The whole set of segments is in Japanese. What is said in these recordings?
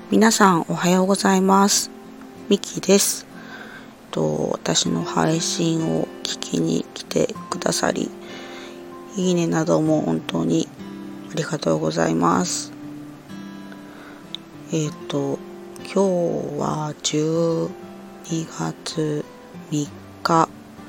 皆さんおはようございます。ミキです。私の配信を聞きに来てくださり、いいねなども本当にありがとうございます。今日は12月3日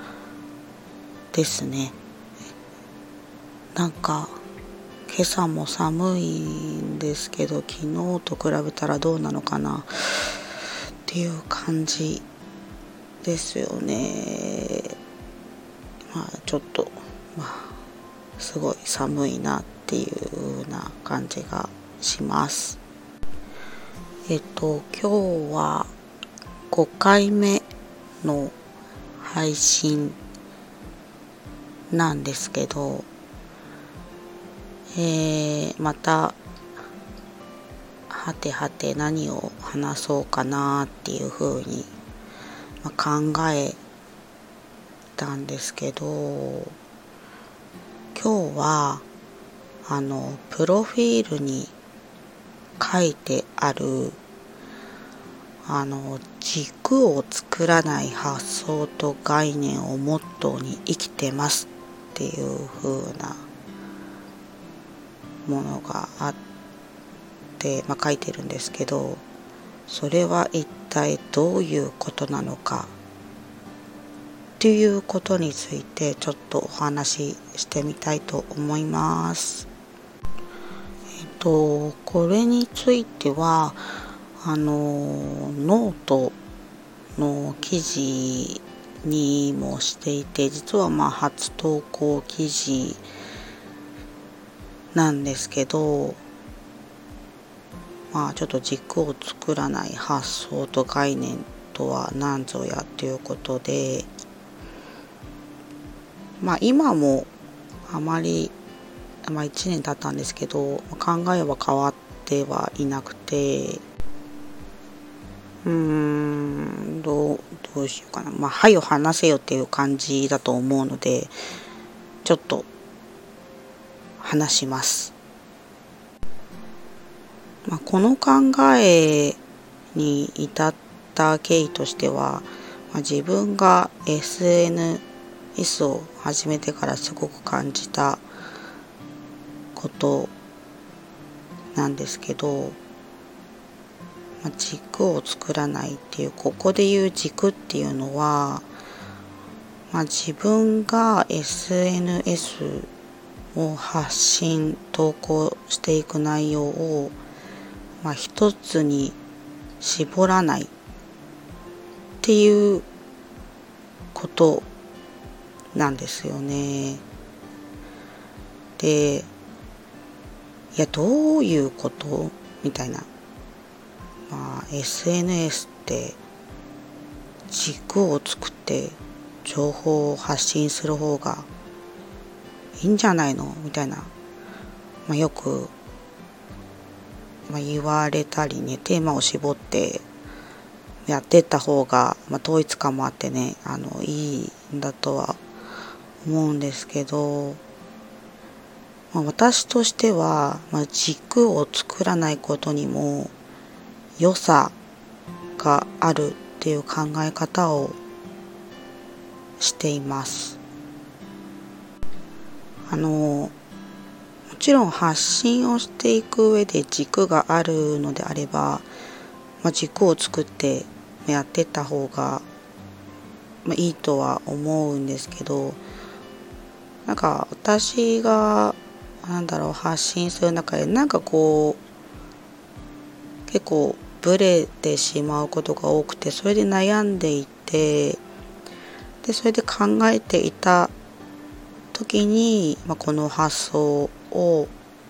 ですね。なんか今朝も寒いんですけど、昨日と比べたらどうなのかなっていう感じですよね。ちょっとすごい寒いなっていう風な感じがします。今日は5回目の配信なんですけど、またはて何を話そうかなっていう風に、考えたんですけど、今日はプロフィールに書いてある軸を作らない発想と概念をモットーに生きてますっていう風なものがあって、書いてるんですけど、それは一体どういうことなのかっていうことについてちょっとお話ししてみたいと思います。これについてはノートの記事にもしていて、実は初投稿記事なんですけど、ちょっと軸を作らない発想と概念とは何ぞやっていうことで、今もあまり、1年経ったんですけど、考えは変わってはいなくて、どうしようかな。はよ話せよっていう感じだと思うので、ちょっと話します。この考えに至った経緯としては、自分が SNS を始めてからすごく感じたことなんですけど、軸を作らないっていう、ここで言う軸っていうのは、自分が SNS を発信投稿していく内容を、一つに絞らないっていうことなんですよね。で、いやどういうことみたいな。SNS って軸を作って情報を発信する方がいいんじゃないのみたいな、よく、言われたりね、テーマを絞ってやってった方が、統一感もあってね、いいんだとは思うんですけど、私としては、軸を作らないことにも良さがあるっていう考え方をしています。もちろん発信をしていく上で軸があるのであれば、軸を作ってやっていった方が、いいとは思うんですけど、私が発信する中で結構ブレてしまうことが多くて、それで悩んでいて、でそれで考えていた時に、この発想を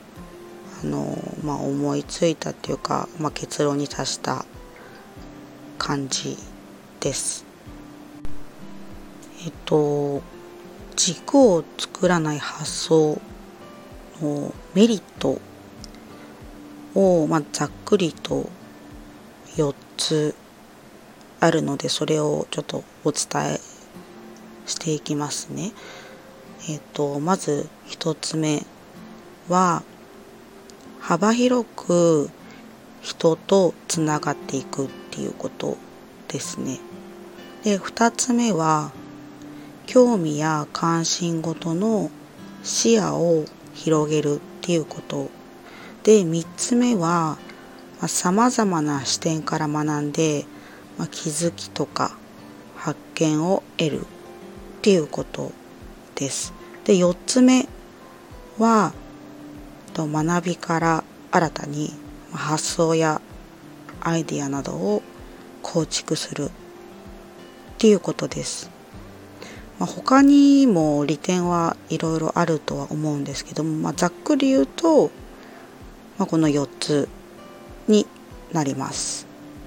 思いついたっていうか、結論に達した感じです。軸を作らない発想のメリットを、ざっくりと4つあるので、それをちょっとお伝えしていきますね。まず1つ目は、幅広く人とつながっていくっていうことですね。で、2つ目は興味や関心事の視野を広げるっていうことで、3つ目はさまざまな視点から学んで、気づきとか発見を得るっていうことです。で、4つ目は学びから新たに発想やアイディアなどを構築するっていうことです。他にも利点はいろいろあるとは思うんですけども、ざっくり言うと、この4つになります。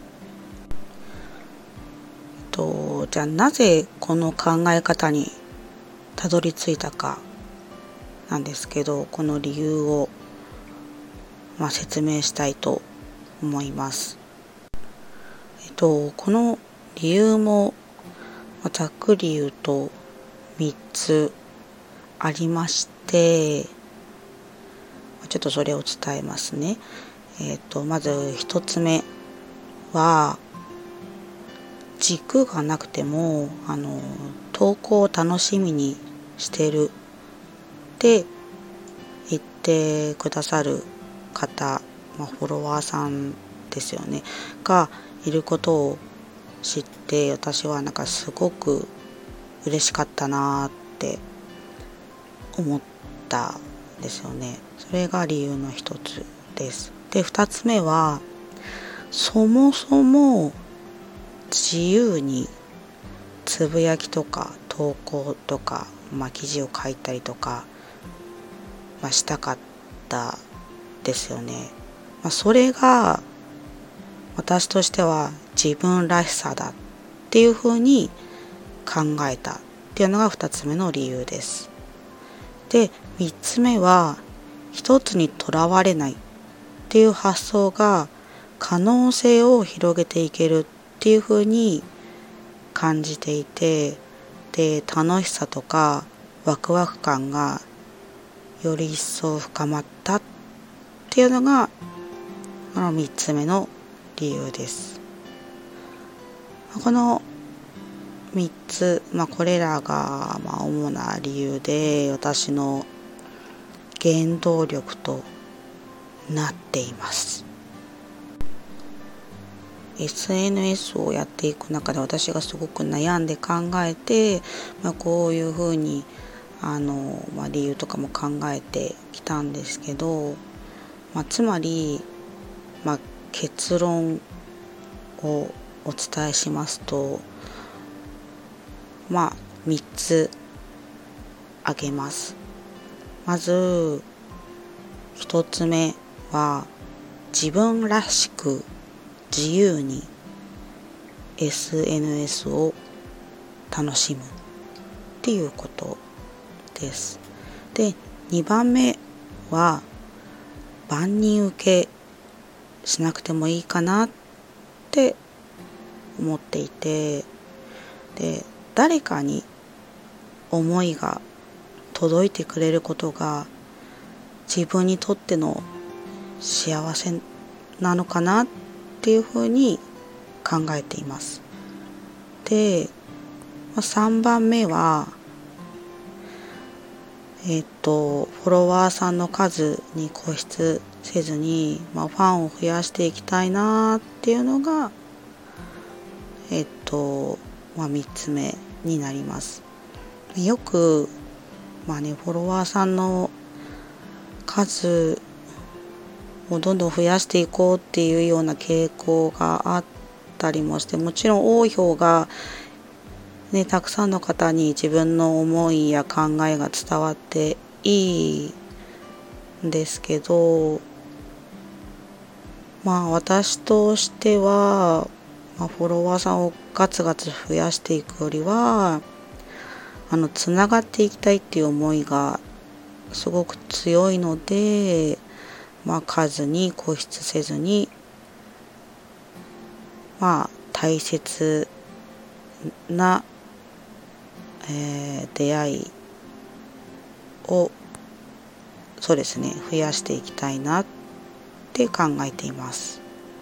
じゃあなぜこの考え方にたどり着いたかなんですけど、この理由を説明したいと思います。この理由もざっくり言うと3つありまして、ちょっとそれを伝えますね。まず1つ目は、軸がなくても投稿を楽しみにしてるって言ってくださる方、フォロワーさんですよねがいることを知って、私はすごく嬉しかったなって思ったんですよね。それが理由の一つです。で、2つ目は、そもそも自由につぶやきとか投稿とか、記事を書いたりとか、したかったですよね。それが私としては自分らしさだっていうふうに考えたっていうのが2つ目の理由です。で、3つ目は、一つにとらわれないっていう発想が可能性を広げていけるっていうふうに感じていて、で、楽しさとかワクワク感がより一層深まったっていうのが3つ目の理由です。この3つ、これらが主な理由で私の原動力となっています。SNS をやっていく中で私がすごく悩んで考えて、こういうふうに理由とかも考えてきたんですけど、つまり、結論をお伝えしますと、3つ挙げます。まず1つ目は、自分らしく自由に SNS を楽しむっていうことです。で、2番目は、万人受けしなくてもいいかなって思っていて、で、誰かに思いが届いてくれることが自分にとっての幸せなのかなっていうふうに考えています。で、3番目は、フォロワーさんの数に固執せずに、ファンを増やしていきたいなっていうのが、3つ目になります。よく、フォロワーさんの数をどんどん増やしていこうっていうような傾向があったりもして、もちろん多い方がたくさんの方に自分の思いや考えが伝わっていいんですけど、私としては、フォロワーさんをガツガツ増やしていくよりは、つながっていきたいっていう思いがすごく強いので、数に固執せずに、大切な、出会いを増やしていきたいなって考えています。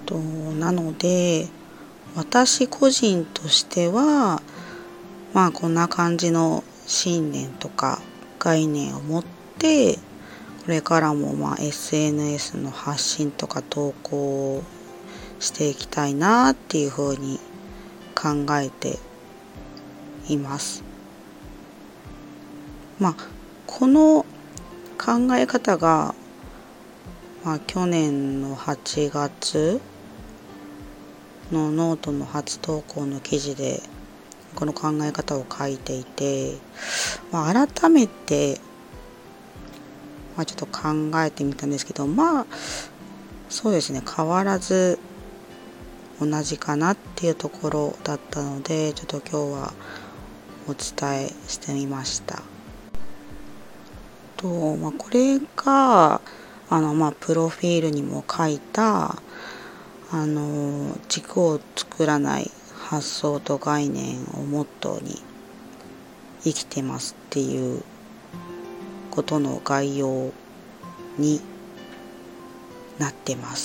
なので私個人としてはこんな感じの信念とか概念を持ってこれからもSNS の発信とか投稿をしていきたいなっていうふうに考えています。この考え方が、去年の8月のノートの初投稿の記事でこの考え方を書いていて、改めて、ちょっと考えてみたんですけど、そうですね、変わらず同じかなっていうところだったので、ちょっと今日はお伝えしてみました。これがプロフィールにも書いた軸を作らない発想と概念をモットーに生きてますっていうことの概要になってます。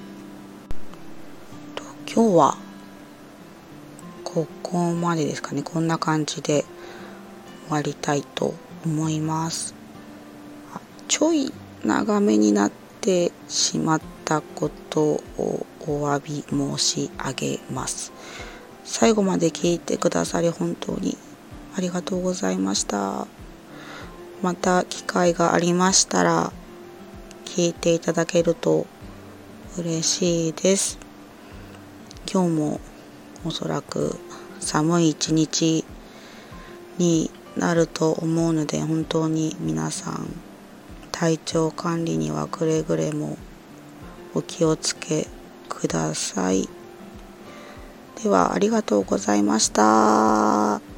今日はここまでですかね。こんな感じで終わりたいと思います。ちょい長めになってしまったことをお詫び申し上げます。最後まで聞いてくださり本当にありがとうございました。また機会がありましたら聞いていただけると嬉しいです。今日もおそらく寒い一日になると思うので、本当に皆さん体調管理にはくれぐれもお気をつけください。ではありがとうございました。